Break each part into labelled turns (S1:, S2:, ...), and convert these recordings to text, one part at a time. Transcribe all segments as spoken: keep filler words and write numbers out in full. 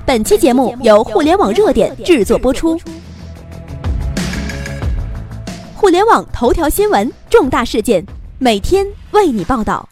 S1: 本期节目由互联网热点制作播出。互联网头条新闻，重大事件，每天为你报道。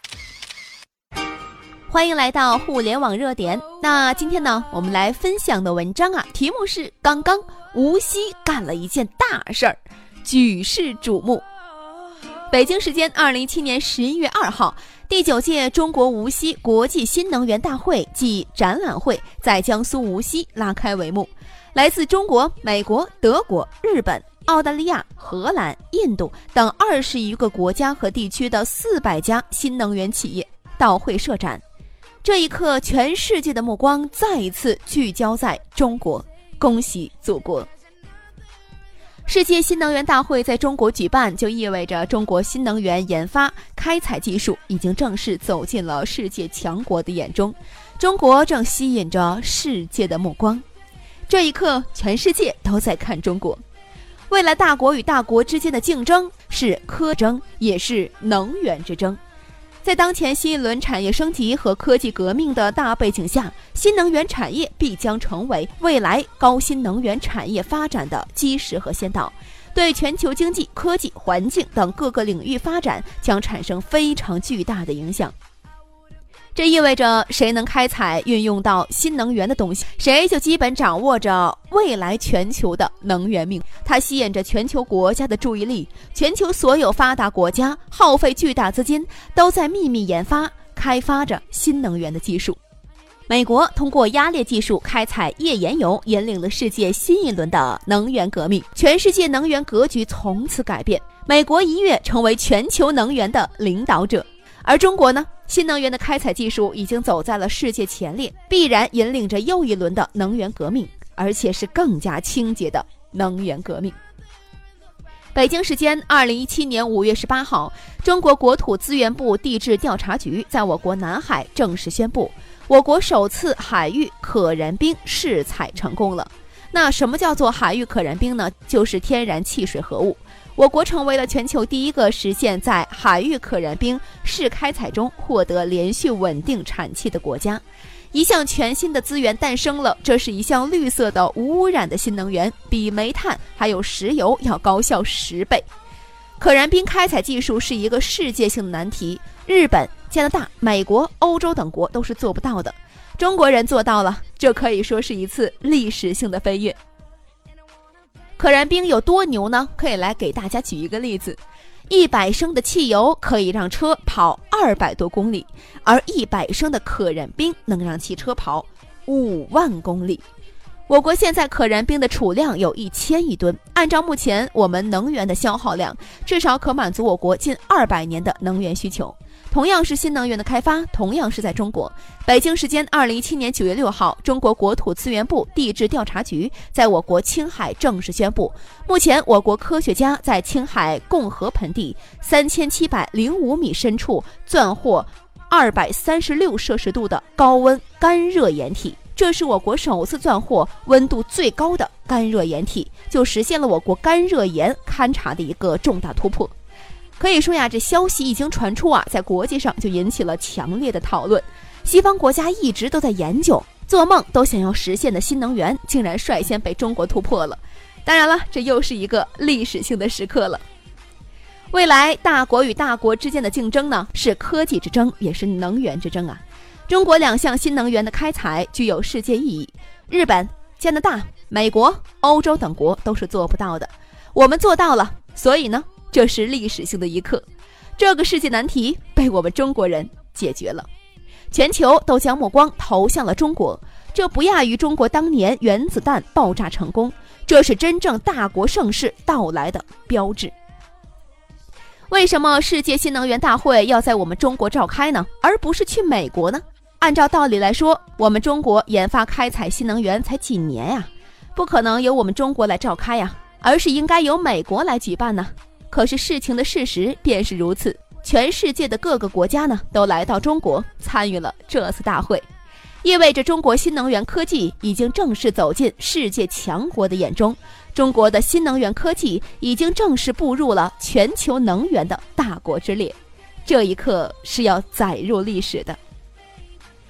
S1: 欢迎来到互联网热点。那今天呢，我们来分享的文章啊，题目是刚刚无锡干了一件大事儿，举世瞩目。北京时间二零一七年十一月二号，第九届中国无锡国际新能源大会暨展览会在江苏无锡拉开帷幕。来自中国、美国、德国、日本、澳大利亚、荷兰、印度等二十余个国家和地区的四百家新能源企业到会设展。这一刻，全世界的目光再一次聚焦在中国，恭喜祖国！世界新能源大会在中国举办，就意味着中国新能源研发开采技术已经正式走进了世界强国的眼中，中国正吸引着世界的目光。这一刻，全世界都在看中国。未来大国与大国之间的竞争是科争，也是能源之争。在当前新一轮产业升级和科技革命的大背景下，新能源产业必将成为未来高新能源产业发展的基石和先导，对全球经济、科技、环境等各个领域发展将产生非常巨大的影响。这意味着谁能开采运用到新能源的东西，谁就基本掌握着未来全球的能源命。它吸引着全球国家的注意力，全球所有发达国家耗费巨大资金，都在秘密研发开发着新能源的技术。美国通过压裂技术开采页岩油，引领了世界新一轮的能源革命，全世界能源格局从此改变，美国一跃成为全球能源的领导者。而中国呢，新能源的开采技术已经走在了世界前列，必然引领着又一轮的能源革命，而且是更加清洁的能源革命。北京时间二零一七年五月十八号，中国国土资源部地质调查局在我国南海正式宣布，我国首次海域可燃冰试采成功了。那什么叫做海域可燃冰呢？就是天然气水合物。我国成为了全球第一个实现在海域可燃冰试开采中获得连续稳定产气的国家。一项全新的资源诞生了，这是一项绿色的无污染的新能源，比煤炭还有石油要高效十倍。可燃冰开采技术是一个世界性的难题，日本、加拿大、美国、欧洲等国都是做不到的，中国人做到了，这可以说是一次历史性的飞跃。可燃冰有多牛呢？可以来给大家举一个例子，一百升的汽油可以让车跑二百多公里，而一百升的可燃冰能让汽车跑五万公里。我国现在可燃冰的储量有一千亿吨，按照目前我们能源的消耗量，至少可满足我国近二百年的能源需求。同样是新能源的开发，同样是在中国。北京时间二零一七年九月六号，中国国土资源部地质调查局在我国青海正式宣布，目前我国科学家在青海共和盆地三千七百零五米深处钻获二百三十六摄氏度的高温干热岩体，这是我国首次钻获温度最高的干热岩体，就实现了我国干热岩勘察的一个重大突破。可以说呀，这消息一经传出啊，在国际上就引起了强烈的讨论。西方国家一直都在研究，做梦都想要实现的新能源，竟然率先被中国突破了。当然了，这又是一个历史性的时刻了。未来大国与大国之间的竞争呢，是科技之争，也是能源之争啊。中国两项新能源的开采具有世界意义，日本、加拿大、美国、欧洲等国都是做不到的，我们做到了，所以呢，这是历史性的一刻，这个世界难题被我们中国人解决了，全球都将目光投向了中国，这不亚于中国当年原子弹爆炸成功，这是真正大国盛世到来的标志。为什么世界新能源大会要在我们中国召开呢，而不是去美国呢？按照道理来说，我们中国研发开采新能源才几年呀，不可能由我们中国来召开呀，而是应该由美国来举办呢。可是事情的事实便是如此，全世界的各个国家呢，都来到中国参与了这次大会，意味着中国新能源科技已经正式走进世界强国的眼中，中国的新能源科技已经正式步入了全球能源的大国之列，这一刻是要载入历史的。这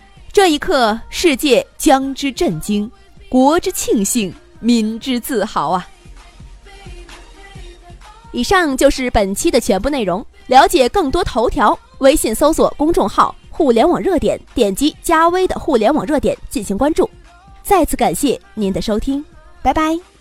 S1: 那一刻，世界将之震惊，国之庆幸，民之自豪啊！以上就是本期的全部内容。了解更多头条，微信搜索公众号互联网热点，点击加微的互联网热点进行关注。再次感谢您的收听，拜拜。